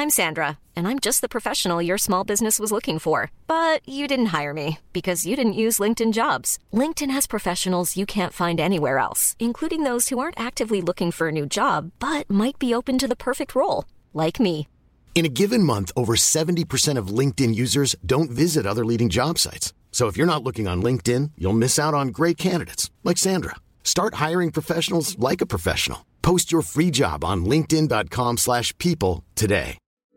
I'm Sandra, and I'm just the professional your small business was looking for. But you didn't hire me because you didn't use LinkedIn Jobs. LinkedIn has professionals you can't find anywhere else, including those who aren't actively looking for a new job, but might be open to the perfect role, like me. In a given month, over 70% of LinkedIn users don't visit other leading job sites. So if you're not looking on LinkedIn, you'll miss out on great candidates like Sandra. Start hiring professionals like a professional. Post your free job on linkedin.com/people today.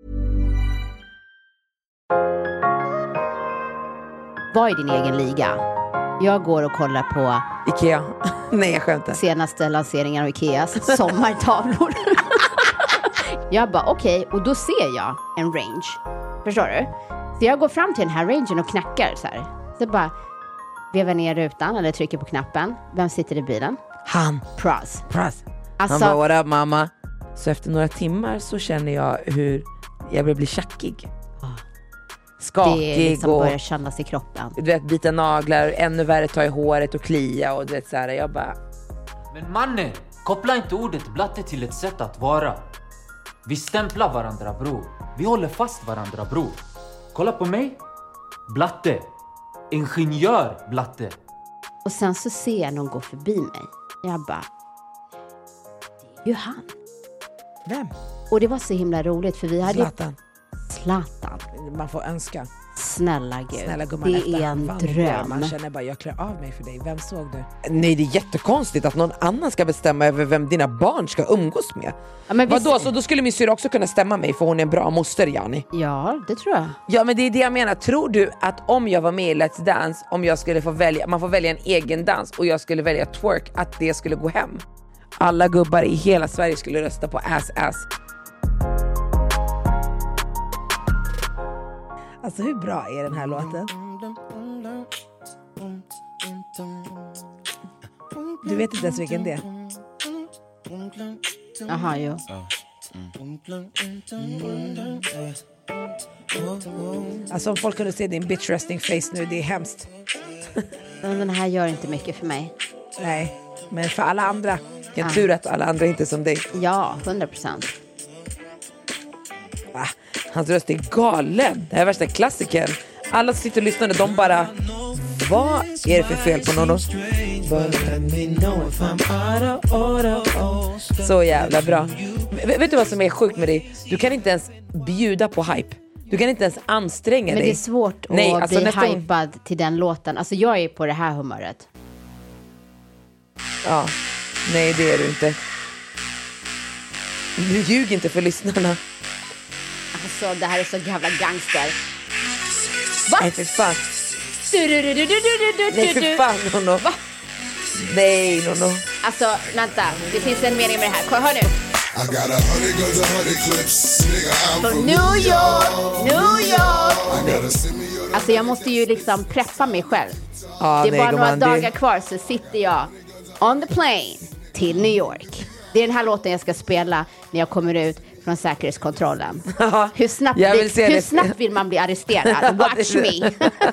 Vad är din egen liga? Jag går och kollar på Ikea. Nej, jag skämtar. Senaste lanseringen av Ikeas sommartavlor. Jag bara okej, och då ser jag en range. Förstår du? Så jag går fram till den här rangen och knackar så här. Så bara vevar ner rutan eller trycker på knappen. Vem sitter i bilen? Han. Praz. Han bara, what up mamma? Så efter några timmar så känner jag hur jag börjar bli tjackig. Skakig. Det är liksom och börjar kännas i kroppen. Du vet, bita naglar, ännu värre ta i håret och klia och du vet så här, jag bara... Men mannen, koppla inte ordet blatte till ett sätt att vara. Vi stämplar varandra, bror. Vi håller fast varandra, bror. Kolla på mig. Blatte. Ingenjör blatte. Och sen så ser jag någon gå förbi mig. Jag bara, det är ju han. Vem? Och det var så himla roligt för vi hade... Zlatan. Man får önska. Snälla gud. Snälla gumman, det är en dröm. Man känner bara, jag klär av mig för dig. Vem såg du? Nej, det är jättekonstigt att någon annan ska bestämma över vem dina barn ska umgås med. Ja, men vadå? Så då skulle min syster också kunna stämma mig för hon är en bra moster, Jani. Ja, det tror jag. Ja, men det är det jag menar. Tror du att om jag var med i Let's Dance, om jag skulle få välja, man får välja en egen dans och jag skulle välja twerk, att det skulle gå hem? Alla gubbar i hela Sverige skulle rösta på ass. Alltså hur bra är den här låten? Du vet inte ens vilken det är. Jaha, jo. Alltså om folk kunde se din bitch resting face nu, det är hemskt. Men den här gör inte mycket för mig. Nej, men för alla andra. Jag tur att alla andra inte är som dig. Ja, 100%. Hans röst är galen. Det här är värsta klassikern. Alla som sitter och lyssnar, de bara, vad är det för fel på någon? Så jävla bra. Vet du vad som är sjukt med dig? Du kan inte ens bjuda på hype. Du kan inte ens anstränga dig. Men det är svårt att bli hypad till den låten. Alltså jag är på det här humöret. Ja, nej det är du inte. Du ljug inte för lyssnarna. Alltså det här är så jävla gangster. Va? Nej för fan. Nej för fan, Nono. Va? Nej, Nono. Alltså, vänta. Det finns en mening med det här. Hör nu. From New York. Alltså jag måste ju liksom preppa mig själv. Det är bara några dagar kvar så sitter jag on the plane till New York. Det är den här låten jag ska spela när jag kommer ut från säkerhetskontrollen. Hur snabbt vill man bli arresterad? Watch me.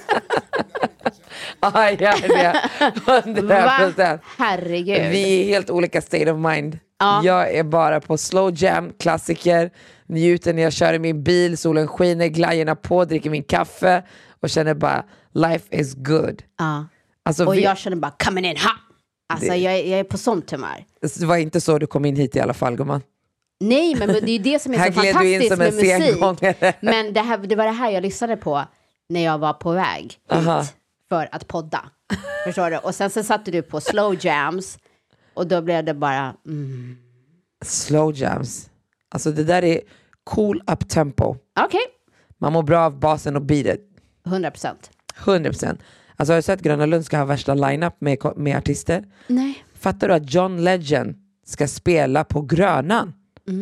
Ja, det 100%. Herregud. Vi är helt olika state of mind. Ja. Jag är bara på slow jam, klassiker. Njuter när jag kör i min bil, solen skiner, glajjorna på, dricker min kaffe och känner bara, life is good. Ja. Alltså, och jag känner bara, coming in hot. Alltså jag är på sånt humör. Det var inte så du kom in hit i alla fall, gumman. Nej, men det är ju det som är så fantastiskt med musik. Men det var det här jag lyssnade på när jag var på väg hit för att podda. Förstår du? Och sen så satte du på slow jams och då blev det bara... Slow jams. Alltså det där är cool up tempo. Okej. Man mår bra av basen och beatet. 100%. 100%. Alltså har du sett Gröna Lund ska ha värsta line-up med artister? Nej. Fattar du att John Legend ska spela på Grönan?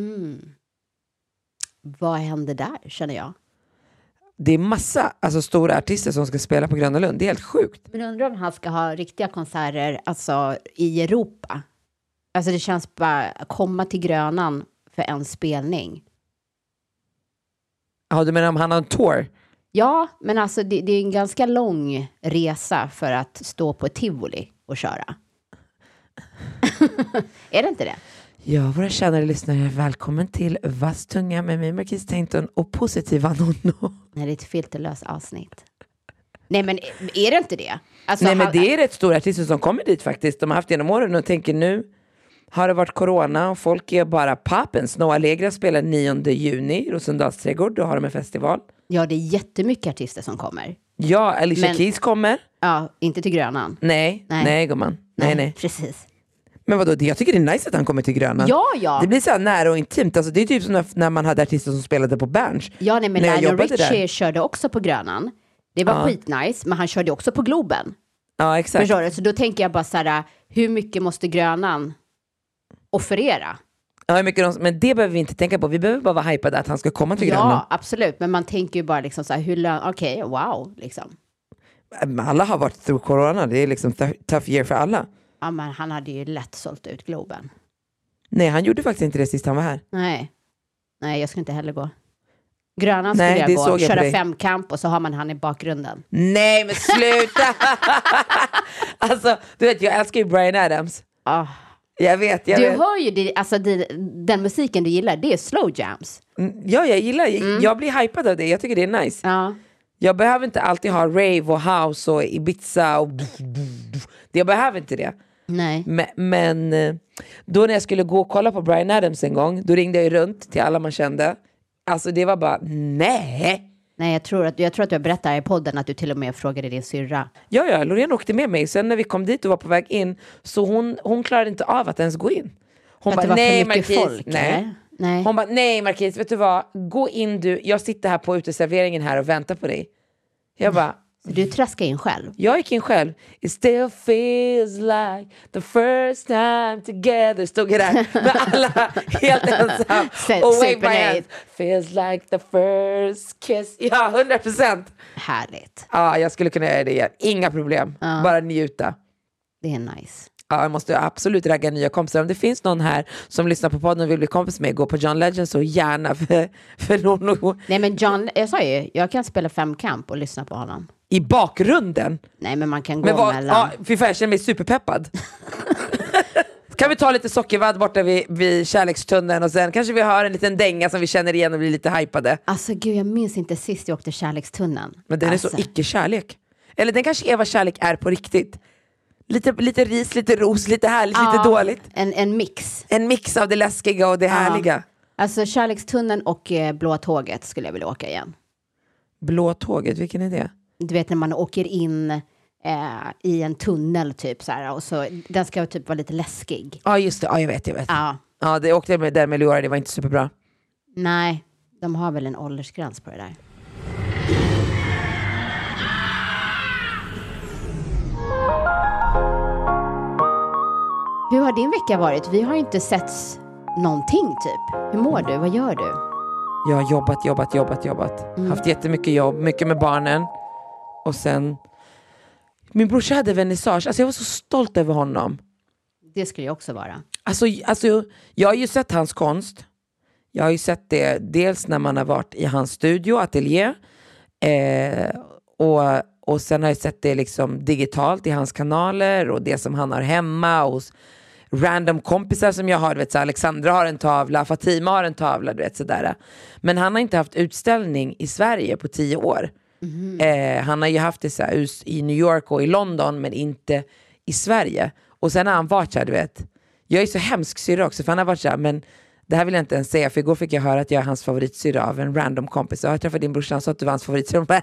Vad händer där, känner jag? Det är massa stora artister som ska spela på Gröna Lund. Det är helt sjukt. Men undrar om han ska ha riktiga konserter i Europa. Alltså det känns bara att komma till Grönan för en spelning. Ja, du menar om han har en tour? Ja, men alltså det är en ganska lång resa för att stå på ett tivoli och köra. Är det inte det? Ja, våra kända lyssnare, välkommen till Vass tunga med mig, Marquis Tainton, och positiva nonno. Nej, det är ett filterlöst avsnitt. Nej, men är det inte det? Alltså, nej, men det är rätt stora artister som kommer dit faktiskt. De har haft genom åren och tänker nu har det varit corona och folk är bara pappen. Snow Allegra spelar 9 juni i Rosendals trädgård, då har de en festival. Ja, det är jättemycket artister som kommer. Ja, Alicia Keys kommer. Ja, inte till Grönan. Nej gumman. Nej. Precis. Men vadå, jag tycker det är nice att han kommer till Grönan. Ja. Det blir så här nära och intimt. Alltså, det är typ som när man hade artister som spelade på Berns. Ja, nej, men Lionel Richie körde också på Grönan. Det var skitnice, men han körde också på Globen. Ja, exakt. Förstår du? Så då tänker jag bara så här, hur mycket måste Grönan offerera? Ja, hur mycket men det behöver vi inte tänka på. Vi behöver bara vara hypade att han ska komma till Grönan. Ja, absolut. Men man tänker ju bara liksom så här, okej, wow, liksom. Alla har varit through corona. Det är liksom tough year för alla. Ja, men han hade ju lätt sålt ut Globen. Nej, han gjorde faktiskt inte det sist han var här. Nej, jag skulle inte heller gå. Grönan skulle jag gå, köra 5-kamp och så har man han i bakgrunden. Nej, men sluta! Alltså, du vet, jag älskar ju Bryan Adams. Jag vet. Hör ju den musiken du gillar, det är slow jams. Ja, jag gillar. Jag blir hypad av det. Jag tycker det är nice. Ja. Jag behöver inte alltid ha rave och house och Ibiza och jag behöver inte det. Nej. Men då när jag skulle gå och kolla på Bryan Adams en gång, då ringde jag runt till alla man kände. Alltså det var bara, nej, jag tror att du har berättat här i podden att du till och med frågade din syrra. Ja, Loreen åkte med mig. Sen när vi kom dit och var på väg in, så hon klarade inte av att ens gå in. Hon bara, nej Marquis, folk, nej. Hon bara, nej Marquis, vet du vad? Gå in du, jag sitter här på uteserveringen här och väntar på dig. Jag bara, du traskar in själv. Jag gick in själv. It still feels like the first time together. Stod jag där med alla helt ensam. Och wave my hands. Feels like the first kiss. Ja, 100%. Härligt. Ja, jag skulle kunna göra det igen. Inga problem. Bara njuta. Det är nice. Ja, jag måste absolut ragga nya kompisar. Om det finns någon här som lyssnar på podden och vill bli kompis med, gå på John Legend så gärna för någon. Nej, men John, jag sa ju, jag kan spela 5-kamp och lyssna på honom. I bakgrunden? Nej, men man kan gå mellan. Ja, fy fan, jag känner mig superpeppad. Kan vi ta lite sockervadd borta vid kärlekstunneln och sen kanske vi hör en liten dänga som vi känner igen och blir lite hypade. Alltså gud, jag minns inte sist jag åkte kärlekstunneln. Men den är så icke-kärlek. Eller den kanske är vad kärlek är på riktigt. Lite ris, lite ros, lite härligt, lite dåligt. En mix. En mix av det läskiga och det härliga. Alltså kärlekstunneln och blå tåget skulle jag vilja åka igen. Blå tåget, vilken är det? Du vet när man åker in i en tunnel typ så här, och så den ska typ vara lite läskig. Ja, just det. Ja, jag vet. Ja, det åkte jag där med Leora, det var inte superbra. Nej, de har väl en åldersgräns på det där. Hur har din vecka varit? Vi har inte setts någonting typ. Hur mår du? Vad gör du? Jag har jobbat. Haft jättemycket jobb, mycket med barnen. Och sen min brorsa hade vernissage. Alltså jag var så stolt över honom. Det skulle jag också vara. Alltså jag har ju sett hans konst. Jag har ju sett det dels när man har varit i hans studio, ateljé. Och sen har jag sett det liksom digitalt i hans kanaler. Och det som han har hemma hos random kompisar som jag har, du vet, så Alexandra har en tavla, Fatima har en tavla, du vet, sådär. Men han har inte haft utställning i Sverige på 10 år. Han har ju haft det så här, i New York och i London, men inte i Sverige. Och sen har han varit så här, du vet, jag är så hemsk syrra också, för han har varit så här, men det här vill jag inte ens säga, för igår fick jag höra att jag är hans favoritsyrra av en random kompis. Jag har träffat din brorsa, han sa att du var hans favoritsyrra.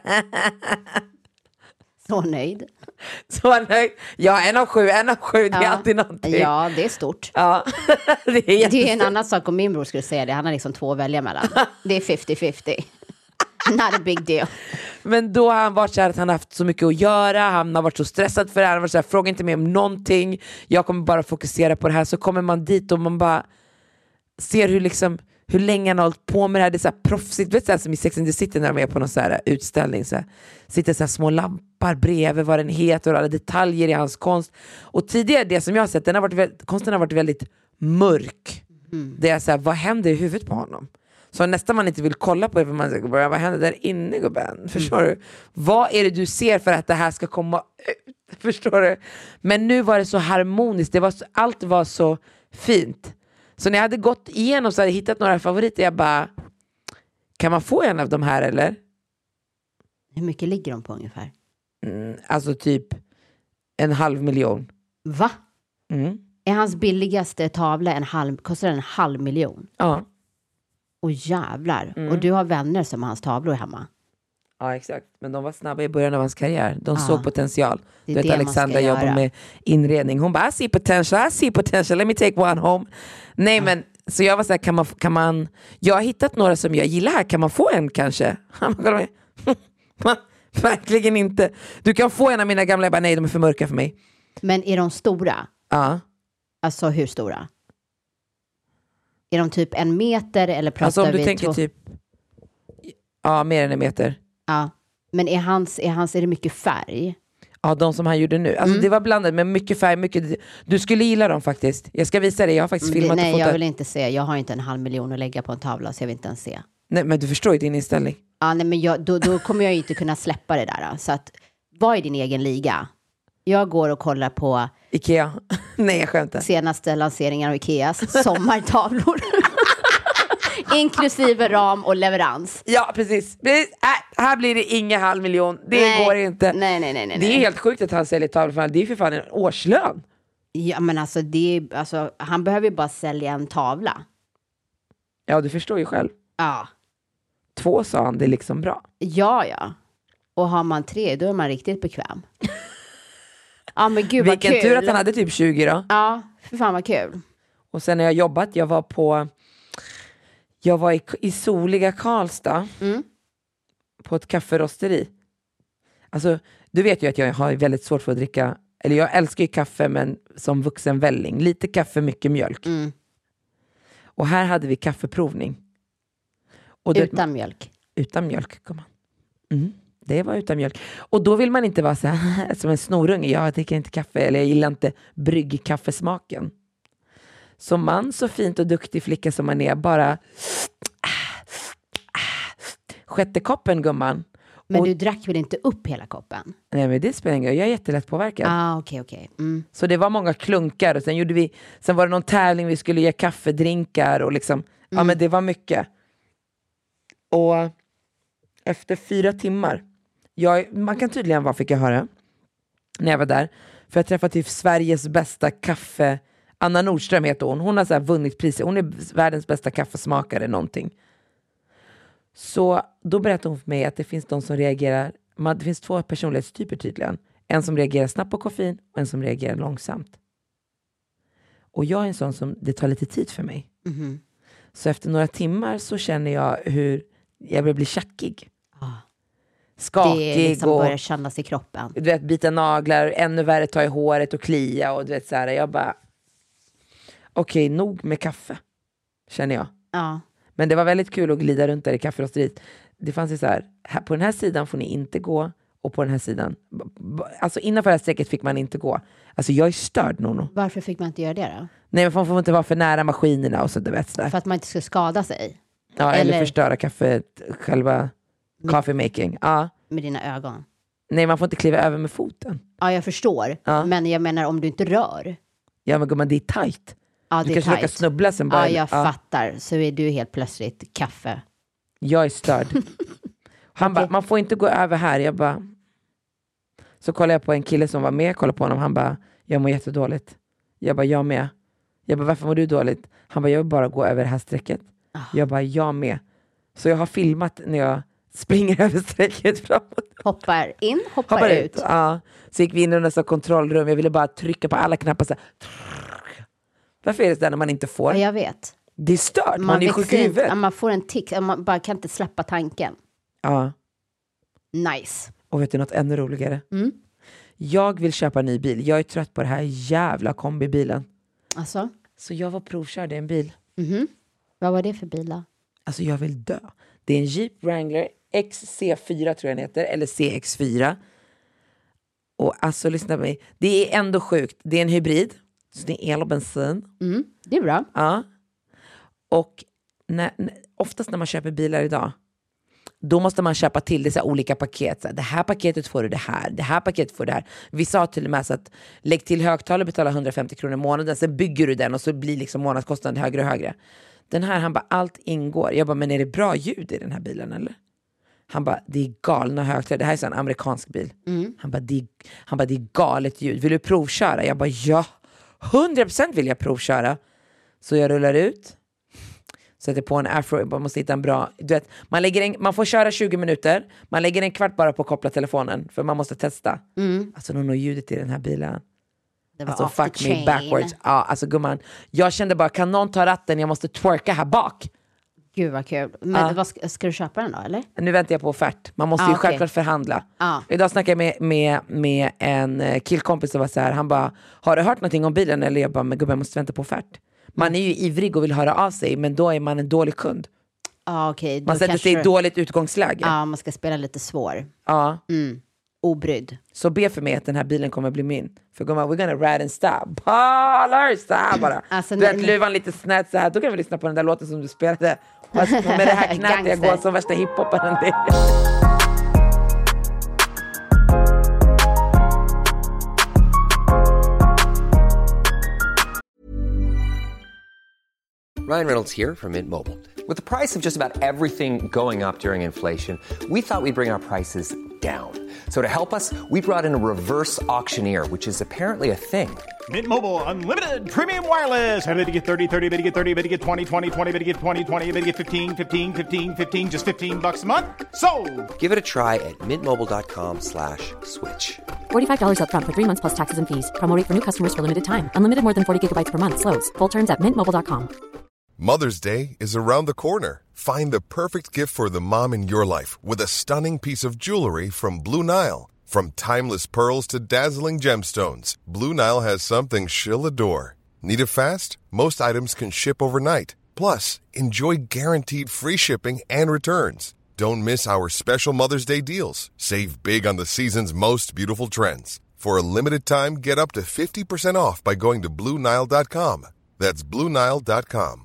Så nöjd. Ja, 1 av 7, det är alltid någonting. Ja, det är stort. Ja, det är en annan sak om min bror skulle säga det. Han har liksom 2 att välja mellan. Det är 50-50. Not a big deal. Men då har han varit så här att han har haft så mycket att göra. Han har varit så stressad för det här. Han har varit så här, fråga inte mig om någonting. Jag kommer bara fokusera på det här. Så kommer man dit och man bara ser hur länge han har hållit på med det här. Det är så här proffsigt, vet du, så här, som i Sex and the City när de är på någon så här utställning. Så här, sitter så här små lampar bredvid vad den heter och alla detaljer i hans konst. Och tidigare, det som jag har sett, konsten har varit väldigt mörk. Det är så här, vad händer i huvudet på honom? Så nästan man inte vill kolla på det, för man säger, vad händer där inne, gubben? Förstår du? Vad är det du ser för att det här ska komma ut? Förstår du? Men nu var det så harmoniskt. Allt var så fint. Så när jag hade gått igenom så hade jag hittat några favoriter. Jag bara, kan man få en av de här eller? Hur mycket ligger de på ungefär? Alltså typ 500 000. Va? Är hans billigaste tavla kostar 500 000? Ja. Och jävlar. Och du har vänner som har hans tavlor hemma. Ja, exakt. Men de var snabba i början av hans karriär. De såg potential. Det är du vet, Alexandra jobbar med inredning. Hon bara, I see potential, let me take one home. Nej, men så jag var så här, kan man jag har hittat några som jag gillar här. Kan man få en kanske? Han bara, verkligen inte. Du kan få en av mina gamla. Jag bara, nej, de är för mörka för mig. Men är de stora? Ja. Alltså hur stora? Är de typ 1 meter eller pratar alltså, om du vi tänker typ mer än 1 meter. Ja. Men är det mycket färg? Ja, de som han gjorde nu. Alltså det var blandat med mycket färg, mycket. Du skulle gilla dem faktiskt. Jag ska visa dig, jag har faktiskt filmat. Nej, jag vill inte se. Jag har inte 500 000 att lägga på en tavla, så jag vill inte ens se. Nej, men du förstår ju din inställning. Ja, nej, men då kommer jag ju inte kunna släppa det där. Så att, vad är din egen liga? Jag går och kollar på Ikea. Nej, jag skämtar. Senaste lanseringen av Ikeas sommartavlor. Inklusive ram och leverans. Ja, precis. Här blir det inga 500 000. Det går inte. Nej. Det är helt sjukt att han säljer tavlor. Det är för fan en årslön. Ja, men alltså, han behöver ju bara sälja en tavla. Ja, du förstår ju själv. Ja. 2 sa han, det är liksom bra. Ja. Och har man 3, då är man riktigt bekväm. Ja, men gud vad vilken kul. tur att han hade typ 20 då. Ja, för fan vad kul. Och sen när jag jobbat, jag var i soliga Karlstad. På ett kafferosteri. Alltså, du vet ju att jag har väldigt svårt för att dricka, eller jag älskar ju kaffe, men som vuxen välling. Lite kaffe, mycket mjölk. Och här hade vi kaffeprovning. Och utan mjölk? Utan mjölk, kom man. Det var utan mjölk. Och då vill man inte vara så här som en snorunge. Jag dricker inte kaffe, eller jag gillar inte bryggkaffesmaken. Så man, så fint och duktig flicka som man är, bara sjätte koppen, gumman. Men du drack väl inte upp hela koppen? Nej, men det spelar ingen roll. Jag är jättelätt påverkad. Okej. Så det var många klunkar. Och sen var det någon tävling. Vi skulle ge kaffedrinkar. Och liksom, ja, men det var mycket. Och efter 4 timmar. Man kan tydligen, vad fick jag höra när jag var där. För jag träffade typ Sveriges bästa kaffe. Anna Nordström heter hon. Hon har så här vunnit priser. Hon är världens bästa kaffesmakare någonting. Så då berättade hon för mig att det finns de som reagerar. Det finns 2 personlighetstyper tydligen. En som reagerar snabbt på koffein och en som reagerar långsamt. Och jag är en sån som det tar lite tid för mig. Så efter några timmar så känner jag hur jag börjar bli tjackig. Skakig. Det liksom och börjar kännas i kroppen. Du vet, bita naglar, ännu värre ta i håret och klia. Och du vet så här, jag bara okej, nog med kaffe, känner jag. Ja. Men det var väldigt kul att glida runt där i kafferosteriet. Det fanns ju så här, på den här sidan får ni inte gå. Och på den här sidan, alltså innanför det här strecket fick man inte gå. Alltså jag är störd, Nono. Varför fick man inte göra det då? Nej, men man får inte vara för nära maskinerna och så, du vet sådär. För att man inte ska skada sig? Ja, eller förstöra kaffet, själva coffee making. Ja. Med dina ögon? Nej, man får inte kliva över med foten. Ja, jag förstår. Ja. Men jag menar om du inte rör. Ja, men gumman, det är tajt. Ja, du kanske råkar snubbla sen bara. Ja, jag fattar. Så är du helt plötsligt kaffe. Jag är störd. Han bara, man får inte gå över här. Jag bara... Så kollade jag på en kille som var med. Kollade på honom. Han bara, jag mår jättedåligt. Jag bara, jag med. Jag bara, varför mår du dåligt? Han bara, jag vill bara gå över det här strecket. Jag bara, jag med. Så jag har filmat när jag springer över strecket framåt. Hoppar in, hoppar ut. Ja. Så gick vi in i nästa kontrollrum. Jag ville bara trycka på alla knappar så här. Varför är det där när man inte får? Ja, jag vet. Det är stört, man är sjuk i huvudet. Man får en tick, man bara kan inte släppa tanken. Ja. Nice. Och vet du något ännu roligare? Jag vill köpa en ny bil. Jag är trött på det här jävla kombibilen. Alltså? Så jag var provkörde en bil. Vad var det för bil då? Alltså jag vill dö. Det är en Jeep Wrangler XC4 tror jag den heter. Eller CX4. Och alltså lyssna på mig. Det är ändå sjukt. Det är en hybrid. Så det är el och bensin. Det är bra. Ja. Och oftast när man köper bilar idag då måste man köpa till dessa olika paket. Så det här paketet får du det här paketet får du det här. Vi sa till och med så att lägg till högtalare och betala 150 kronor i månaden. Sen bygger du den och så blir liksom månadskostnaden högre och högre. Den här, han bara, allt ingår. Jag bara, men är det bra ljud i den här bilen eller? Han bara, det är galna högtalare. Det här är så en amerikansk bil. Han bara, det är galet ljud. Vill du provköra? Jag bara, ja. 100% vill jag provköra. Så jag rullar ut. Sätter på en afro. Man måste hitta en bra... Du vet, man får köra 20 minuter. Man lägger en kvart bara på att koppla telefonen. För man måste testa. Alltså någon ljudet i den här bilen. Det var alltså fuck me backwards. Ja, alltså gumman. Jag kände bara, kan någon ta ratten? Jag måste twerka här bak. Gud vad kul. Men vad ska du köpa den då, eller? Nu väntar jag på offert. Man måste ju självklart förhandla. Idag snackade jag med en killkompis som var så här. Han bara, har du hört någonting om bilen? Eller jag bara, men gubben, jag måste vänta på offert. Man är ju ivrig och vill höra av sig. Men då är man en dålig kund. Okay. Man sätter sig i dåligt utgångsläge. Ja, man ska spela lite svår. Ja. Obrydd. Så be för mig att den här bilen kommer bli min. För gumman, we're gonna ride and stop. Baller, så här bara. Alltså, du vet, luvan lite snett så här. Då kan vi lyssna på den där låten som du spelade. Med det här knät jag går som värsta hiphoparen. Ryan Reynolds here from Mint Mobile. With the price of just about everything going up during inflation, we thought we'd bring our prices down. So to help us, we brought in a reverse auctioneer, which is apparently a thing. Mint Mobile Unlimited Premium Wireless. How to get 30, 30, how to get 30, how to get 20, 20, 20, how to get 20, 20, how to get 15, 15, 15, 15, just $15 a month? Sold! Give it a try at mintmobile.com/switch. $45 up front for 3 months plus taxes and fees. Promo rate for new customers for limited time. Unlimited more than 40 gigabytes per month. Slows full terms at mintmobile.com. Mother's Day is around the corner. Find the perfect gift for the mom in your life with a stunning piece of jewelry from Blue Nile. From timeless pearls to dazzling gemstones, Blue Nile has something she'll adore. Need it fast? Most items can ship overnight. Plus, enjoy guaranteed free shipping and returns. Don't miss our special Mother's Day deals. Save big on the season's most beautiful trends. For a limited time, get up to 50% off by going to BlueNile.com. That's BlueNile.com.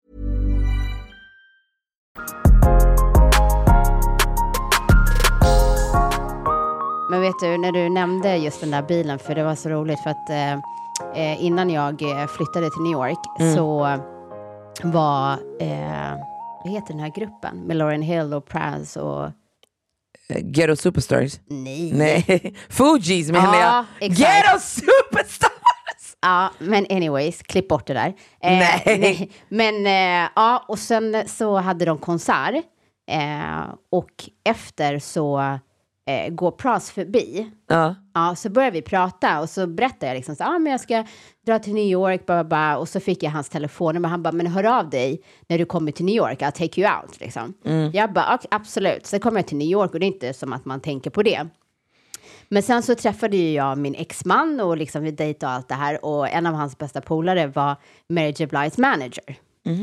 Men vet du, när du nämnde just den där bilen, för det var så roligt för att innan jag flyttade till New York så var, vad heter den här gruppen? Med Lauryn Hill och Pras och... Ghetto Superstars? Nej. Fugees menar jag. Ghetto Superstars! Ja, men anyways, klipp bort det där. Nej. Men ja, och sen så hade de konsert och efter så går Pras förbi. Ja, så började vi prata och så berättade jag liksom så men jag ska dra till New York och så fick jag hans telefon och han bara, men hör av dig när du kommer till New York, I'll take you out liksom. Jag bara, absolut. Så kommer jag till New York och det är inte som att man tänker på det. Men sen så träffade ju jag min exman och liksom vi dejtade och allt det här och en av hans bästa polare var Mary J. Blige's manager.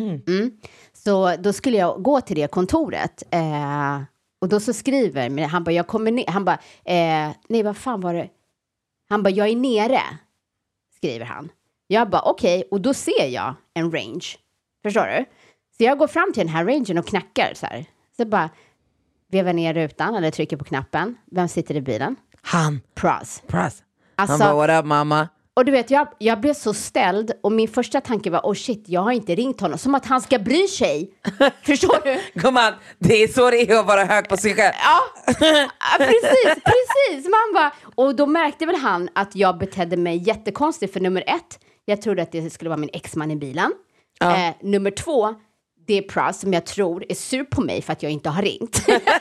Så då skulle jag gå till det kontoret och då så skriver, men han bara, jag kommer ner, han bara, nej vad fan var det? Han bara, jag är nere, skriver han. Jag bara, okej, och då ser jag en range, förstår du? Så jag går fram till den här rangen och knackar så här. Så bara, vevar ner rutan eller trycker på knappen. Vem sitter i bilen? Han. Pras. Alltså, han Alltså, bara, what up mamma? och du vet, jag blev så ställd och min första tanke var, shit, jag har inte ringt honom. Som att han ska bry sig. Förstår du? Gumman, det är så det är att vara hög på sig själv. Ja, precis. Man bara, och då märkte väl han att jag betedde mig jättekonstigt. För nummer 1, jag trodde att det skulle vara min exman i bilen. Nummer 2, det är Pras som jag tror är sur på mig för att jag inte har ringt.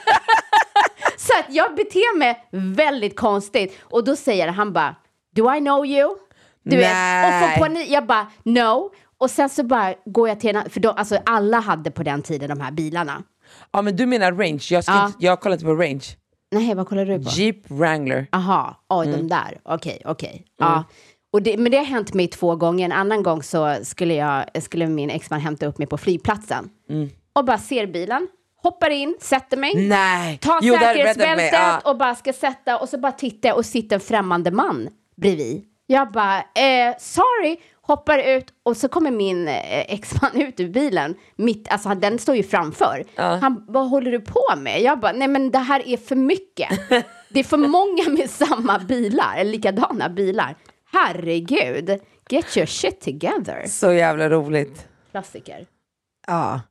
Så att jag beter mig väldigt konstigt. Och då säger han bara, do I know you? Du vet, och får panik. Jag bara, no. Och sen så bara går jag till en, för då, alltså alla hade på den tiden de här bilarna. Ja, men du menar range. Jag kollat på range. Nej, vad kollar du på? Jeep Wrangler. Aha, de där. Okej. Ja. Och men det har hänt mig 2 gånger. En annan gång så skulle min exman hämta upp mig på flygplatsen. Och bara ser bilen. Hoppar in, sätter mig. Nej. Tar säkerhetsbältet och bara ska sätta. Och så bara tittar och sitter en främmande man bredvid. Jag bara, sorry, Hoppar ut och så kommer min exman ut ur bilen. Alltså den står ju framför. Han, vad håller du på med? Jag bara, nej men det här är för mycket. Det är för många med samma bilar, eller likadana bilar. Herregud, get your shit together. Så jävla roligt. Klassiker. Ja.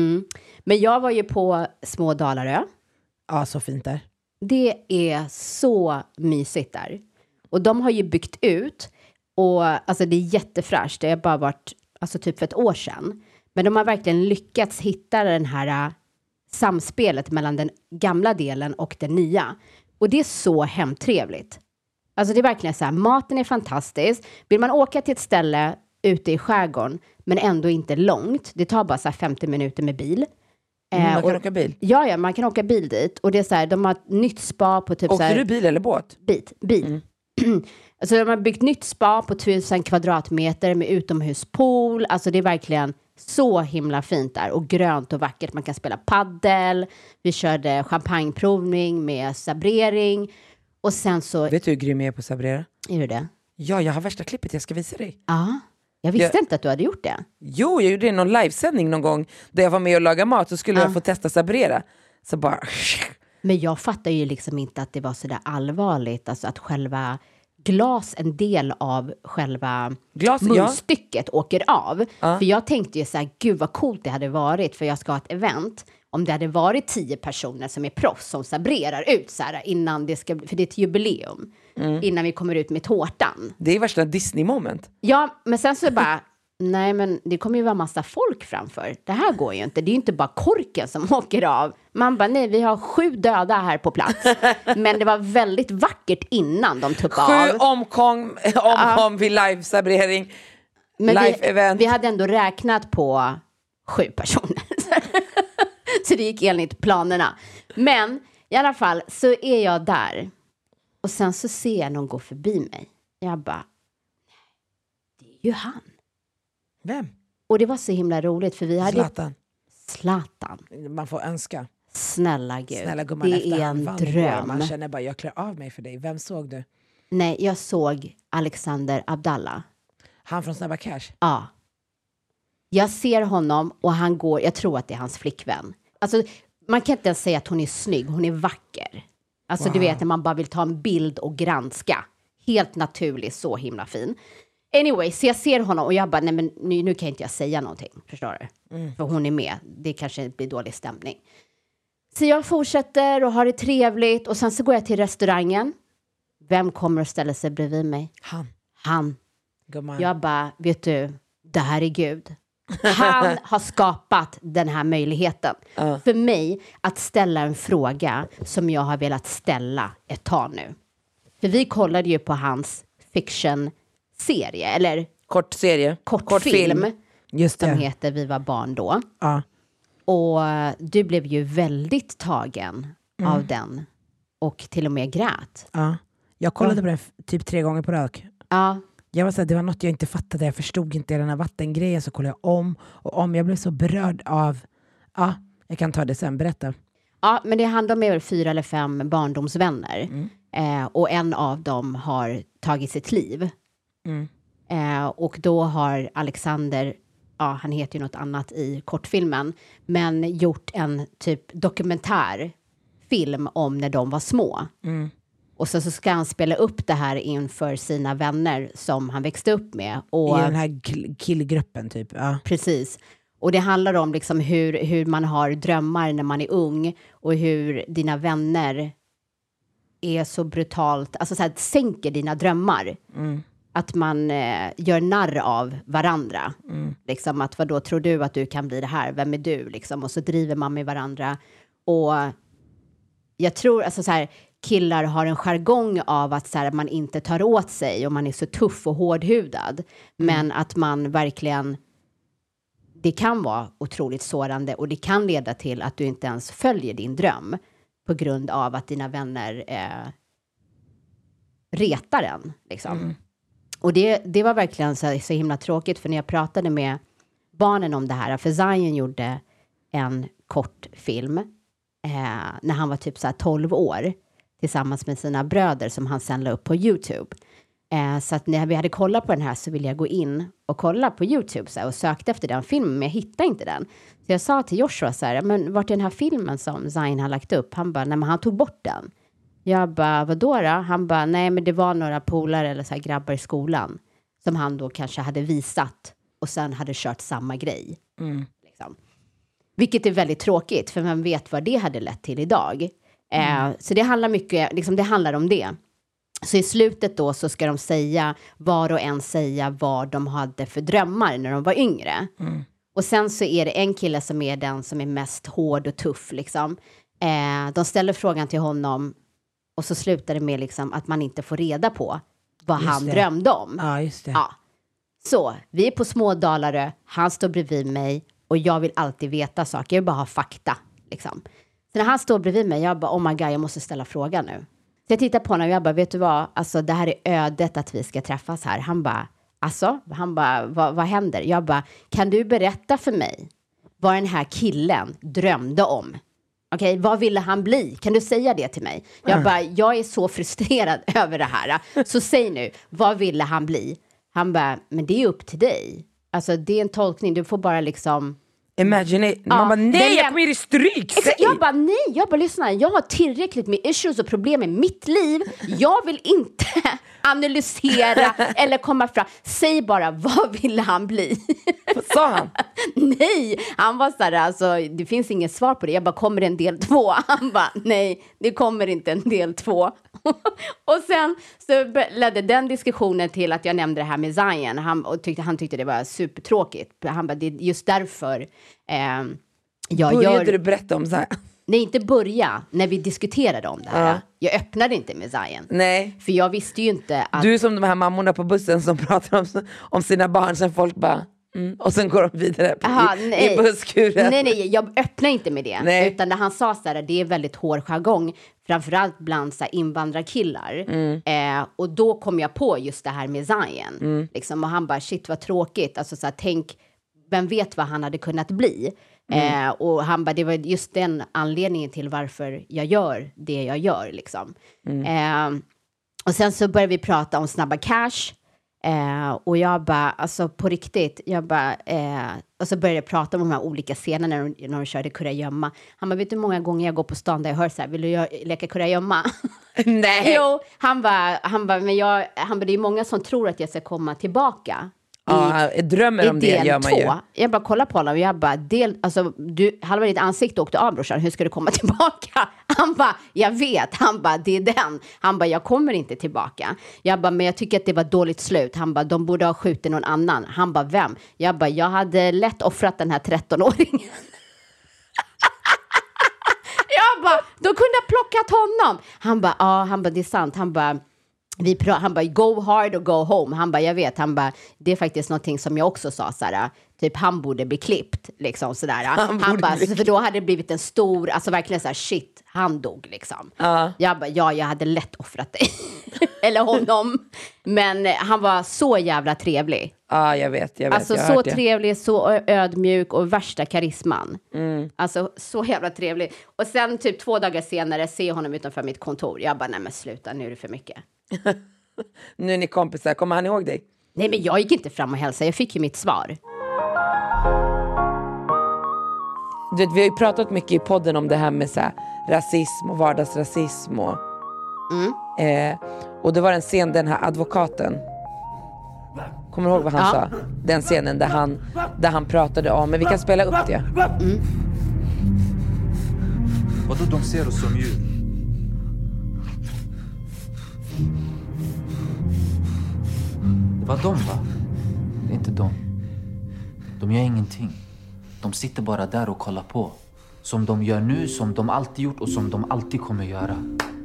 Men jag var ju på Små Dalarö. Ja, så fint där. Det är så mysigt där. Och de har ju byggt ut. Och alltså det är jättefräscht. Det har bara varit alltså typ för ett år sedan. Men de har verkligen lyckats hitta den här samspelet mellan den gamla delen och den nya. Och det är så hemtrevligt. Alltså det är verkligen så här, maten är fantastisk. Vill man åka till ett ställe ute i skärgården men ändå inte långt. Det tar bara så här 50 minuter med bil. Man kan åka bil? Ja, man kan åka bil dit. Och det är så här, de har ett nytt spa på typ Åkte så här... du bil eller båt? Bil. Alltså de har byggt nytt spa på 1000 kvadratmeter med utomhuspool. Alltså det är verkligen så himla fint där. Och grönt och vackert. Man kan spela paddel. Vi körde champagneprovning med sabrering. Och sen så... Vet du hur grym jag är på sabrera? Är du det? Ja, jag har värsta klippet. Jag ska visa dig. Ja. Jag visste inte att du hade gjort det. Jo, jag gjorde det i någon livesändning någon gång. Där jag var med och lagade mat. Så skulle jag få testa sabrera. Så bara... Men jag fattar ju liksom inte att det var så där allvarligt. Alltså att själva en del av själva munstycket åker av. För jag tänkte ju så här, gud vad coolt det hade varit. För jag ska ha ett event. Om det hade varit 10 personer som är proffs som sabrerar ut så här innan det ska bli, för det är ett jubileum. Innan vi kommer ut med tårtan. Det är värsta Disney-moment. Ja, men sen så bara... Nej, men det kommer ju vara massa folk framför. Det här går ju inte. Det är ju inte bara korken som åker av. Man bara, nej, vi har 7 döda här på plats. Men det var väldigt vackert innan de tuppade av. 7 omkom vid live-sabrering. Live-event. Vi hade ändå räknat på 7 personer. Så det gick enligt planerna. Men i alla fall så är jag där. Och sen så ser jag någon gå förbi mig. Jag bara, det är ju han. Vem? Och det var så himla roligt för vi hade... Zlatan. Man får önska. Snälla gud. Snälla gumman, det är en dröm. Man känner bara, jag klär av mig för dig. Vem såg du? Nej, jag såg Alexander Abdallah. Han från Snabba Cash? Ja. Jag ser honom och han går... Jag tror att det är hans flickvän. Alltså, man kan inte ens säga att hon är snygg. Hon är vacker. Alltså, du vet när man bara vill ta en bild och granska. Helt naturligt, så himla fin. Anyway, så jag ser honom och jag bara, nej men nu kan inte jag säga någonting, förstår du? För hon är med, det kanske blir dålig stämning. Så jag fortsätter och har det trevligt och sen så går jag till restaurangen. Vem kommer att ställa sig bredvid mig? Han. Gumman. Jag bara, vet du, det här är Gud. Han har skapat den här möjligheten. För mig att ställa en fråga som jag har velat ställa ett tag nu. För vi kollade ju på hans fiction-serie, eller kortfilm. Just det. Som heter Vi var barn då. Ja. Och du blev ju väldigt tagen av den. Och till och med grät. Ja. Jag kollade på den typ 3 gånger på rad. Ja. Jag var så här, det var något jag inte fattade. Jag förstod inte den här vattengrejen. Så kollade jag om och om. Jag blev så berörd av... Ja, jag kan ta det sen. Berätta. Ja, men det handlar om väl 4 eller 5 barndomsvänner. Och en av dem har tagit sitt liv. Och då har Alexander, han heter ju något annat i kortfilmen, men gjort en typ dokumentärfilm om när de var små. Och så ska han spela upp det här inför sina vänner som han växte upp med. Och, i den här killgruppen typ. Ja. Precis. Och det handlar om liksom hur man har drömmar när man är ung och hur dina vänner är så brutalt, alltså så här, sänker dina drömmar. Att man gör narr av varandra. Liksom att vad då tror du att du kan bli det här? Vem är du? Liksom. Och så driver man med varandra. Och jag tror, alltså så här, killar har en jargong av att så här, man inte tar åt sig och man är så tuff och hårdhudad. Men att man verkligen, det kan vara otroligt sårande och det kan leda till att du inte ens följer din dröm på grund av att dina vänner retar en. Liksom. Och det var verkligen så himla tråkigt, för när jag pratade med barnen om det här, för Zion gjorde en kort film när han var typ så här 12 år tillsammans med sina bröder som han sen la upp på YouTube. Så att när vi hade kollat på den här så ville jag gå in och kolla på YouTube så här, och sökte efter den filmen, men jag hittade inte den. Så jag sa till Joshua så här, men vart är den här filmen som Zayn har lagt upp? Han bara, nej men han tog bort den. Jag bara, vadå då? Han bara, nej men det var några polare eller så här grabbar i skolan som han då kanske hade visat och sen hade kört samma grej. Liksom. Vilket är väldigt tråkigt, för man vet vad det hade lett till idag. Så det handlar mycket, liksom, det handlar om det. Så i slutet då så ska de säga, var och en säga vad de hade för drömmar när de var yngre. Och sen så är det en kille som är den som är mest hård och tuff liksom. De ställer frågan till honom och så slutar det med liksom att man inte får reda på vad han drömde om. Ja, just det. Ja. Så, vi är på Smådalarö, han står bredvid mig och jag vill alltid veta saker. Jag vill bara ha fakta liksom. Så när han står bredvid mig, jag bara, oh my god, jag måste ställa frågan nu. Så jag tittar på honom och jag bara, vet du vad? Alltså det här är ödet att vi ska träffas här. Han bara, alltså? Han bara, vad händer? Jag bara, kan du berätta för mig vad den här killen drömde om? Okej, vad ville han bli? Kan du säga det till mig? Jag bara, jag är så frustrerad över det här. Så säg nu, vad ville han bli? Han bara, men det är upp till dig. Alltså det är en tolkning, du får bara liksom... Imagine it. Man bara, nej, jag kommer i stryk. Jag bara, nej, jag bara, lyssna. Jag har tillräckligt med issues och problem i mitt liv. Jag vill inte analysera eller komma fram. Säg bara, vad ville han bli? Vad sa han? Nej, han var så här, alltså, det finns inget svar på det. Jag bara, kommer det en del 2? Han bara, nej, det kommer inte en del 2. Och sen så ledde den diskussionen till att jag nämnde det här med Zayn. Han tyckte det var supertråkigt. Han bara, det är just därför Började du berätta om Zayn? Nej, inte börja. När vi diskuterade om det här. Jag öppnade inte med Zayn. Nej. För jag visste ju inte att... Du är som de här mammorna på bussen som pratar om sina barn. Sen folk bara... Och sen går de vidare i busskuren. Nej, jag öppnar inte med det. Nej. Utan när han sa så här, det är väldigt hård jargong. Framförallt bland så här, invandrarkillar. Och då kom jag på just det här med Zayn. Liksom, och han bara, shit vad tråkigt. Alltså så här, tänk, vem vet vad han hade kunnat bli. Och han bara, det var just den anledningen till varför jag gör det jag gör. Liksom. Och sen så började vi prata om Snabba Cash. Och jag bara, alltså på riktigt, och så började jag prata om de här olika scenerna när de körde kurragömma. Han bara, vet du hur många gånger jag går på stan där jag hör så här, vill du leka kurragömma? Nej. Jo, han bara, det är många som tror att jag ska komma tillbaka. Drömmer om det gör man ju. Jag bara kollar på honom och jag bara, halva ditt ansikte åkte av, brorsan, hur ska du komma tillbaka? Han bara, jag vet. Han bara, det är den. Han bara, jag kommer inte tillbaka. Jag bara, men jag tycker att det var dåligt slut. Han bara, de borde ha skjutit någon annan. Han bara, vem? Jag bara, jag hade lätt offrat den här 13-åringen. Jag bara, då kunde jag plockat honom. Han bara, det är sant. Han bara, go hard och go home. Han bara, jag vet. Han bara, det är faktiskt någonting som jag också sa såhär, typ han borde bli klippt liksom sådär. Han bara, för då hade det blivit en stor, alltså verkligen såhär, shit, han dog liksom. Jag bara, jag hade lätt offrat dig. Eller honom. Men han var så jävla trevlig. Jag vet. Alltså jag så trevlig, så ödmjuk och värsta karisman. Alltså så jävla trevlig. Och sen typ 2 dagar senare ser jag honom utanför mitt kontor. Jag bara, nej men sluta, nu är det för mycket. Nu är ni kompisar, kommer han ihåg dig? Nej, men jag gick inte fram och hälsa, jag fick ju mitt svar. Du vet, vi har ju pratat mycket i podden om det här med så här, rasism och vardagsrasism och, och det var en scen, den här advokaten, kommer du ihåg vad han sa? Den scenen där han pratade om, men vi kan spela upp det. Vadå, de ser oss som djur? Det var de, va? Det är inte de. De gör ingenting. De sitter bara där och kollar på. Som de gör nu, som de alltid gjort och som de alltid kommer göra.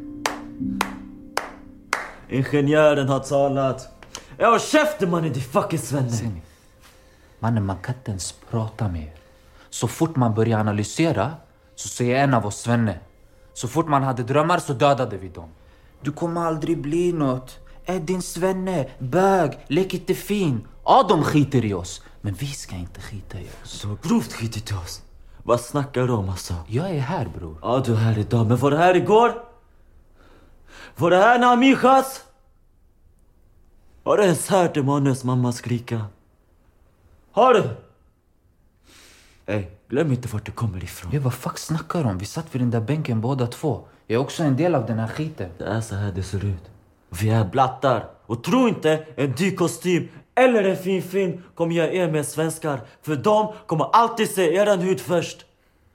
Ingenjören har talat. Ja, käften man är det fucking svenne. Mannen, man kan inte ens prata med er. Så fort man börjar analysera så säger en av oss Svenne. Så fort man hade drömmar så dödade vi dem. Du kommer aldrig bli något. Är din Svenne, bög, lek inte fin. Ja, de skiter i oss. Men vi ska inte skita i oss. Du har grovt skitit i oss. Vad snackar du om alltså? Jag är här, bror. Ja, du är här idag. Men var det här igår? Var det här när Amishas? Har du ens hört Emanuels mamma skrika? Har du? Ey, glöm inte vart du kommer ifrån. Vad fuck snackar om? Vi satt vid den där bänken båda två. Jag är också en del av den här skiten. Det är så här det ser ut. Vi är blattar. Och tro inte en dyr kostym eller en fin film kommer göra er med svenskar. För de kommer alltid se eran hud först.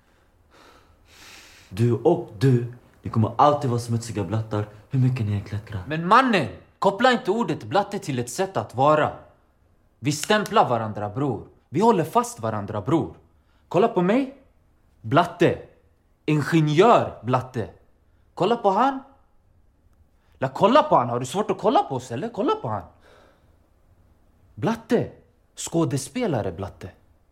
Du och du, ni kommer alltid vara smutsiga blattar hur mycket ni än klättrar. Men mannen, koppla inte ordet blatte till ett sätt att vara. Vi stämplar varandra, bror. Vi håller fast varandra, bror. Kolla på mig. Blatte. Ingenjör, blatte. Kolla på han. Kolla på han. Har du svårt att kolla på oss, eller? Kolla på han. Blatte. Skådespelare, blatte.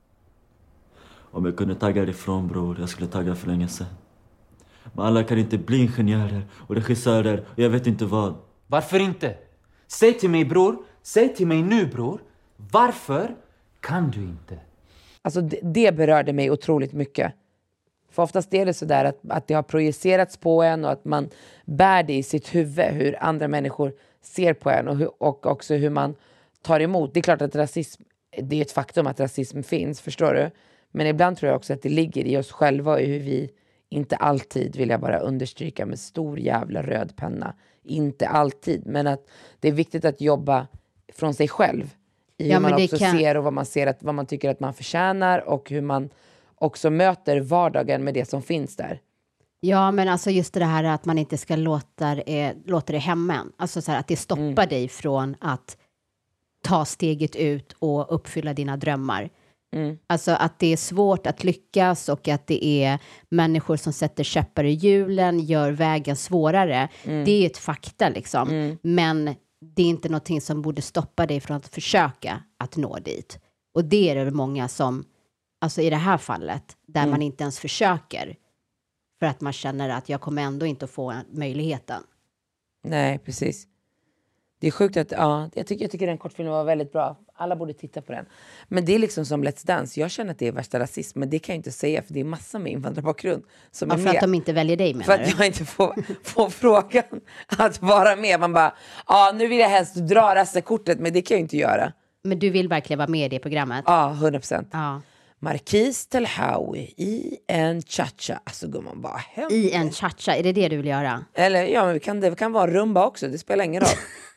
Om jag kunde tagga ifrån, bror, jag skulle tagga för länge sedan. Men alla kan inte bli ingenjörer och regissörer och jag vet inte vad. Varför inte? Säg till mig, bror. Säg till mig nu, bror. Varför kan du inte? Alltså det berörde mig otroligt mycket. För oftast är det sådär att det har projicerats på en och att man bär det i sitt huvud hur andra människor ser på en och också hur man tar emot. Det är klart att rasism, det är ett faktum att rasism finns, förstår du? Men ibland tror jag också att det ligger i oss själva och hur vi inte alltid, vill jag bara understryka med stor jävla röd penna. Inte alltid, men att det är viktigt att jobba från sig själv. I hur man också ser och vad man tycker att man förtjänar och hur man också möter vardagen med det som finns där. Ja, men alltså just det här att man inte ska låta det hemma. Alltså så här, att det stoppar dig från att ta steget ut och uppfylla dina drömmar. Alltså att det är svårt att lyckas och att det är människor som sätter käppar i hjulen, gör vägen svårare. Det är ett fakta liksom. Men det är inte någonting som borde stoppa dig från att försöka att nå dit. Och det är det många som, alltså i det här fallet, där man inte ens försöker. För att man känner att jag kommer ändå inte att få möjligheten. Nej, precis. Det är sjukt att, jag tycker den kortfilmen var väldigt bra. Alla borde titta på den. Men det är liksom som Let's Dance. Jag känner att det är värsta rasism, men det kan jag inte säga för det är massa med invandrarbakgrund som är med. För att de inte väljer dig, menar du? För att jag inte får frågan att vara med. Man bara, nu vill jag helst dra rassekortet, men det kan jag inte göra. Men du vill verkligen vara med i det programmet? Ja, 100%. Ja. Marquis Telhawi i en cha-cha. Alltså gumman, vad händer? I en cha-cha, är det det du vill göra? Eller men det kan vara rumba också, det spelar ingen roll.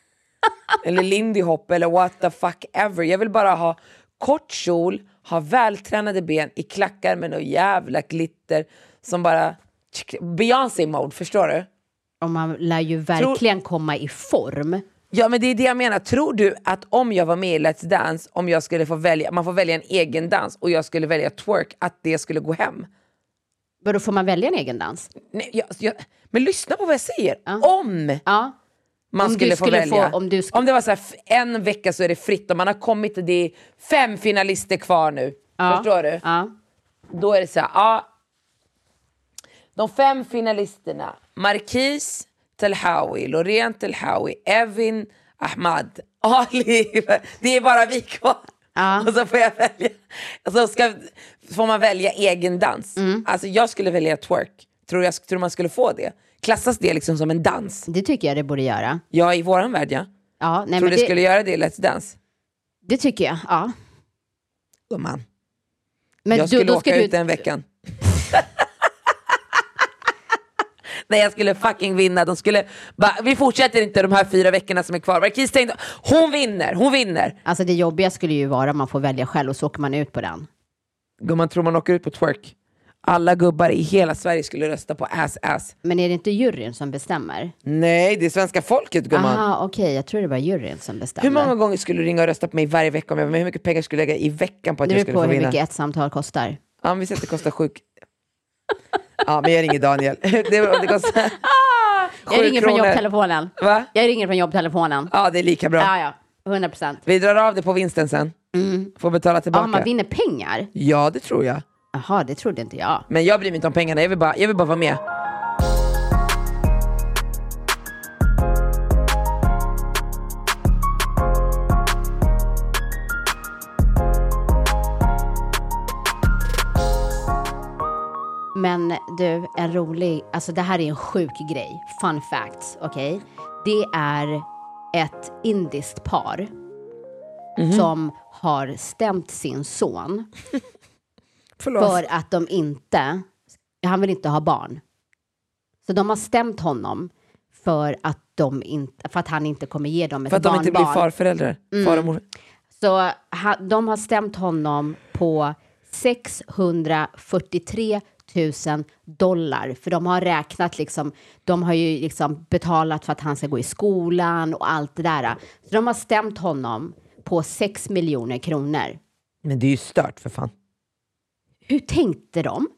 Eller Lindy Hop eller what the fuck ever. Jag vill bara ha kort kjol, ha vältränade ben i klackar med någon jävla glitter som bara Beyoncé-mode, förstår du? Och man lär ju verkligen komma i form. Ja, men det är det jag menar. Tror du att om jag var med i Let's Dance, om jag skulle få välja, man får välja en egen dans och jag skulle välja twerk, att det skulle gå hem? Men då får man välja en egen dans? Nej, men lyssna på vad jag säger. Om man skulle få välja. Om det var så här, en vecka så är det fritt och man har kommit till det 5 finalister kvar nu. Förstår du? Då är det så här, de 5 finalisterna: Marquis Telhawi, Loreen Telhawi, Evin Ahmad, Ali. Det är bara vi kvar. Och så får jag välja. Så får man välja egen dans. Alltså jag skulle välja twerk. Tror man skulle få det? Klassas det liksom som en dans? Det tycker jag det borde göra. Ja, i våran värld, ja. Nej, tror du skulle göra det i Let's Dance? Det tycker jag, ja. Man. Men jag skulle åka ut den veckan. Nej, jag skulle fucking vinna. De skulle vi fortsätter inte de här 4 veckorna som är kvar. Hon vinner. Alltså det jobbiga skulle ju vara man får välja själv och så åker man ut på den. Man tror man åker ut på twerk. Alla gubbar i hela Sverige skulle rösta på ass. Men är det inte juryn som bestämmer? Nej, det är svenska folket, gumman. Aha, okej. Jag tror det var juryn som bestämmer. Hur många gånger skulle du ringa och rösta på mig varje vecka? Men hur mycket pengar skulle du lägga i veckan på att jag skulle få vinna? Det beror på hur mycket ett samtal kostar. Ja, men vi säger att det kostar 7. Ja, men jag ringer Daniel. det kostar jag ringer från jobbtelefonen. Va? Jag ringer från jobbtelefonen. Ja, det är lika bra. Ja, 100%. Vi drar av det på vinsten sen. Får betala tillbaka. Ja, man vinner pengar? Ja, det tror jag. Jaha, det trodde inte jag. Men jag bryr mig inte om pengarna, jag vill bara vara med. Men du, en rolig, alltså det här är en sjuk grej. Fun facts, okej? Det är ett indiskt par som har stämt sin son för att han vill inte ha barn. Så de har stämt honom för att han inte kommer ge dem ett barnbarn. För att de inte blir farföräldrar. Far och mor. Så de har stämt honom på $643 000. För de har räknat liksom, de har ju liksom betalat för att han ska gå i skolan och allt det där. Så de har stämt honom på 6 miljoner kronor. Men det är ju stört för fan. Hur tänkte de?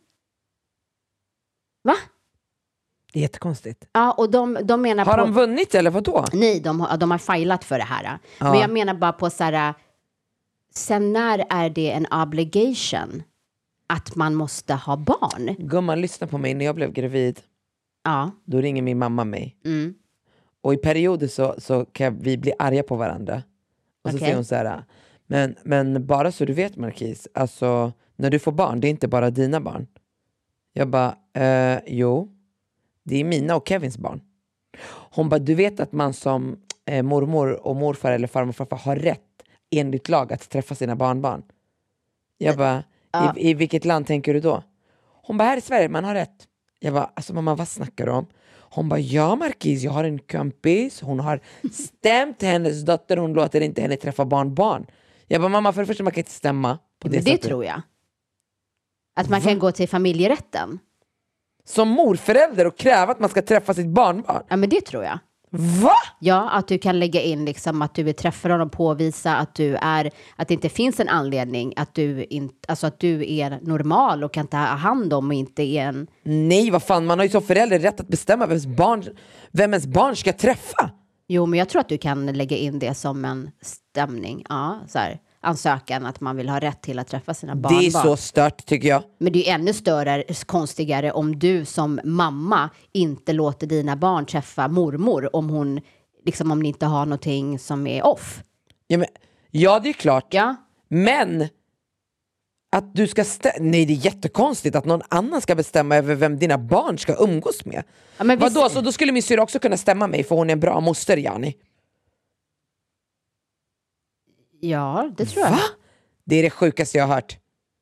Va? Det är jättekonstigt. Ja, och de menar har de vunnit eller vadå? Nej, de har filat för det här. Ja. Men jag menar bara på så här, sen när är det en obligation att man måste ha barn? Gumman, lyssna på mig. När jag blev gravid, då ringer min mamma mig. Och i perioder så kan vi bli arga på varandra. Och så säger hon så här, men bara så du vet, Marquis, alltså när du får barn, det är inte bara dina barn. Jag bara, jo, det är mina och Kevins barn. Hon bara, du vet att man som mormor och morfar eller farmor och farfar har rätt enligt lag att träffa sina barnbarn. Jag bara, i vilket land tänker du då? Hon bara, här i Sverige, man har rätt. Jag bara, alltså mamma, vad snackar du om? Hon bara, ja Marquis, jag har en kompis. Hon har stämt hennes dotter. Hon låter inte henne träffa barnbarn. Jag bara, mamma, för det första man kan inte stämma på det sättet. Det tror jag. Att man kan gå till familjerätten. Som morförälder och kräva att man ska träffa sitt barnbarn? Ja, men det tror jag. Va? Ja, att du kan lägga in liksom att du vill träffa dem och påvisa att att det inte finns en anledning att du är normal och kan ta hand om och inte är en... Nej, vad fan, man har ju som förälder rätt att bestämma vem ens barn ska träffa. Jo, men jag tror att du kan lägga in det som en stämning. Ja, så här, ansökan att man vill ha rätt till att träffa sina barnbarn. Det är så stört, tycker jag. Men det är ännu konstigare om du som mamma inte låter dina barn träffa mormor om ni inte har någonting som är off. Ja, det är klart. Ja. Men att du ska nej, det är jättekonstigt att någon annan ska bestämma över vem dina barn ska umgås med. Ja, men vadå? Så då skulle min syster också kunna stämma mig för hon är en bra moster, Jani. Ja, det tror jag. Va? Det är det sjukaste jag har hört.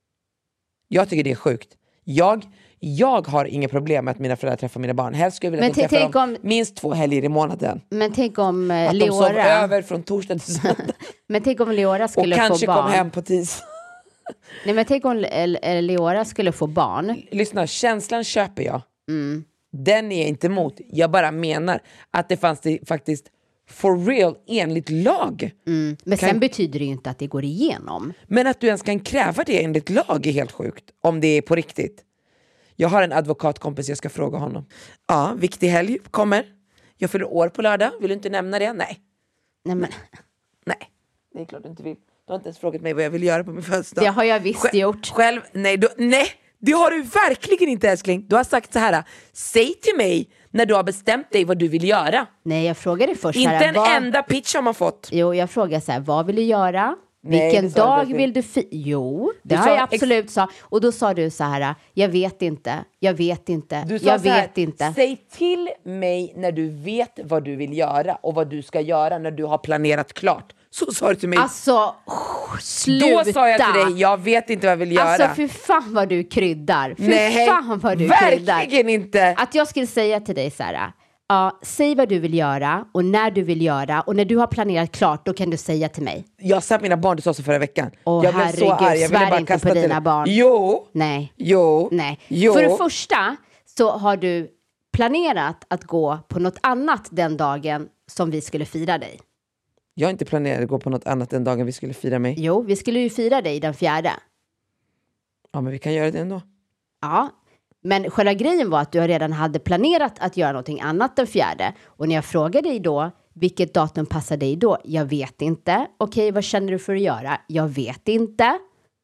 Jag tycker det är sjukt. Jag har inga problem med att mina föräldrar träffar mina barn. Helst skulle jag vilja att de träffar dem minst 2 helger i månaden. Men tänk om att Leora... de sov över från torsdag till söndag. Men tänk om Leora skulle få barn. Och kanske kom hem på tisdag. Nej, men tänk om Leora skulle få barn. Lyssna, känslan köper jag. Den är jag inte emot. Jag bara menar att det fanns faktiskt for real enligt lag. Men sen betyder det ju inte att det går igenom. Men att du ens kan kräva det enligt lag är helt sjukt. Om det är på riktigt. Jag har en advokatkompis, jag ska fråga honom. Ja, viktig helg kommer. Jag fyller år på lördag. Vill du inte nämna det? Nej. Nej, det är klart du inte vill. Du har inte ens frågat mig vad jag vill göra på min födelsedag. Det har jag visst gjort. Själv, nej, det har du verkligen inte, älskling. Du har sagt så här: säg till mig när du har bestämt dig vad du vill göra. Nej, jag frågade först inte här, enda pitch har man fått. Jo, jag frågade så här, vad vill du göra? Vilken dag vill du Jo, det har jag absolut sa. Och då sa du så här, jag vet inte. Du sa inte. Säg till mig när du vet vad du vill göra och vad du ska göra när du har planerat klart. Så sa du till mig. Alltså, sluta. Då sa jag till dig, jag vet inte vad jag vill göra. Alltså, för fan vad du kryddar. Verkligen inte. Att jag skulle säga till dig så här, ja, säg vad du vill göra och när du vill göra. Och när du har planerat klart, då kan du säga till mig. Jag sa mina barn, du sa så förra veckan. Jag blev så arg, jag ville bara kasta på dina barn. Jo. Nej. Jo. För det första så har du planerat att gå på något annat den dagen som vi skulle fira dig. Jag har inte planerat att gå på något annat den dagen vi skulle fira mig. Jo, vi skulle ju fira dig den 4. Ja, men vi kan göra det ändå. Ja, men själva grejen var att du redan hade planerat att göra någonting annat den 4. Och när jag frågade dig då, vilket datum passar dig då? Jag vet inte. Okej, vad känner du för att göra? Jag vet inte.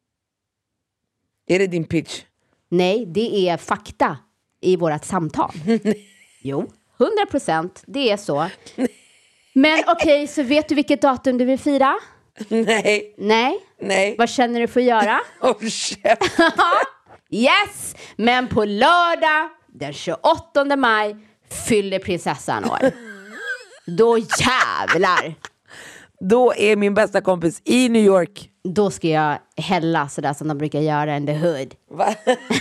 Är det din pitch? Nej, det är fakta i vårat samtal. Jo, 100%. Det är så. Men okej, så vet du vilket datum du vill fira? Nej. Vad känner du för att göra? Yes! Men på lördag den 28 maj fyller prinsessan år. Då jävlar. Då är min bästa kompis i New York. Då ska jag hälla sådär som de brukar göra in the hood. Va?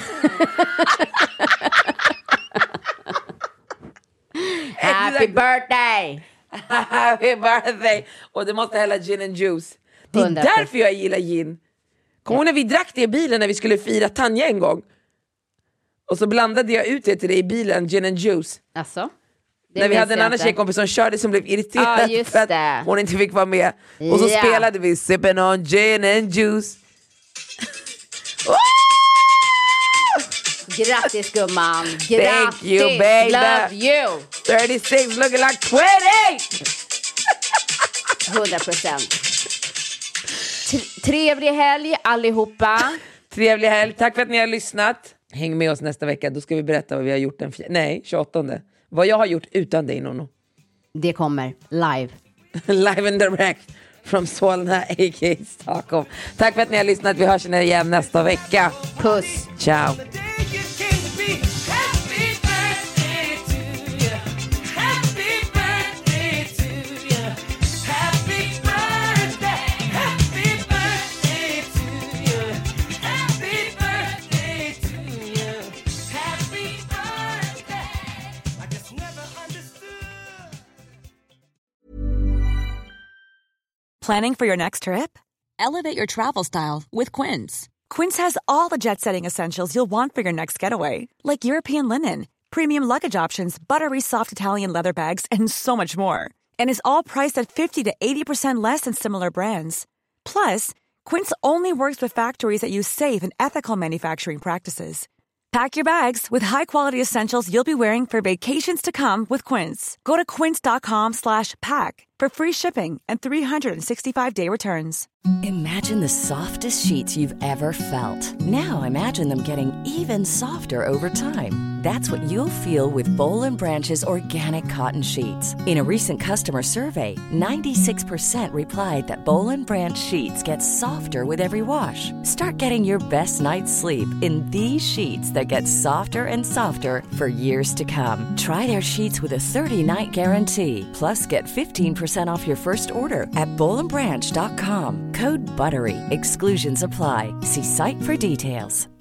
Happy birthday! Happy birthday! Och du måste hälla gin and juice. Det är 100%. Därför jag gillar gin. Kommer du när vi drack det i bilen när vi skulle fira Tanja en gång? Och så blandade jag ut det till dig i bilen, gin and juice. Alltså? När vi hade en annan tjejkompis som körde som blev irriterad för att hon inte fick vara med. Och så spelade vi Sippin' on gin and juice. Grattis gumman. Grattis. Thank you, baby. Love you. 36 looking like 20. 100%. Trevlig helg allihopa. Trevlig helg. Tack för att ni har lyssnat. Häng med oss nästa vecka. Då ska vi berätta vad vi har gjort 28. Vad jag har gjort utan dig, Nono. Det kommer live. Live and direct from Solna, a.k.a. Stockholm. Tack för att ni har lyssnat. Vi hörs igen nästa vecka. Puss. Ciao. Planning for your next trip? Elevate your travel style with Quince. Quince has all the jet-setting essentials you'll want for your next getaway, like European linen, premium luggage options, buttery soft Italian leather bags, and so much more. And is all priced at 50 to 80% less than similar brands. Plus, Quince only works with factories that use safe and ethical manufacturing practices. Pack your bags with high-quality essentials you'll be wearing for vacations to come with Quince. Go to quince.com/pack for free shipping and 365-day returns. Imagine the softest sheets you've ever felt. Now imagine them getting even softer over time. That's what you'll feel with Boll & Branch's organic cotton sheets. In a recent customer survey, 96% replied that Boll & Branch sheets get softer with every wash. Start getting your best night's sleep in these sheets that get softer and softer for years to come. Try their sheets with a 30-night guarantee. Plus, get 15% off your first order at bollandbranch.com. Code BUTTERY. Exclusions apply. See site for details.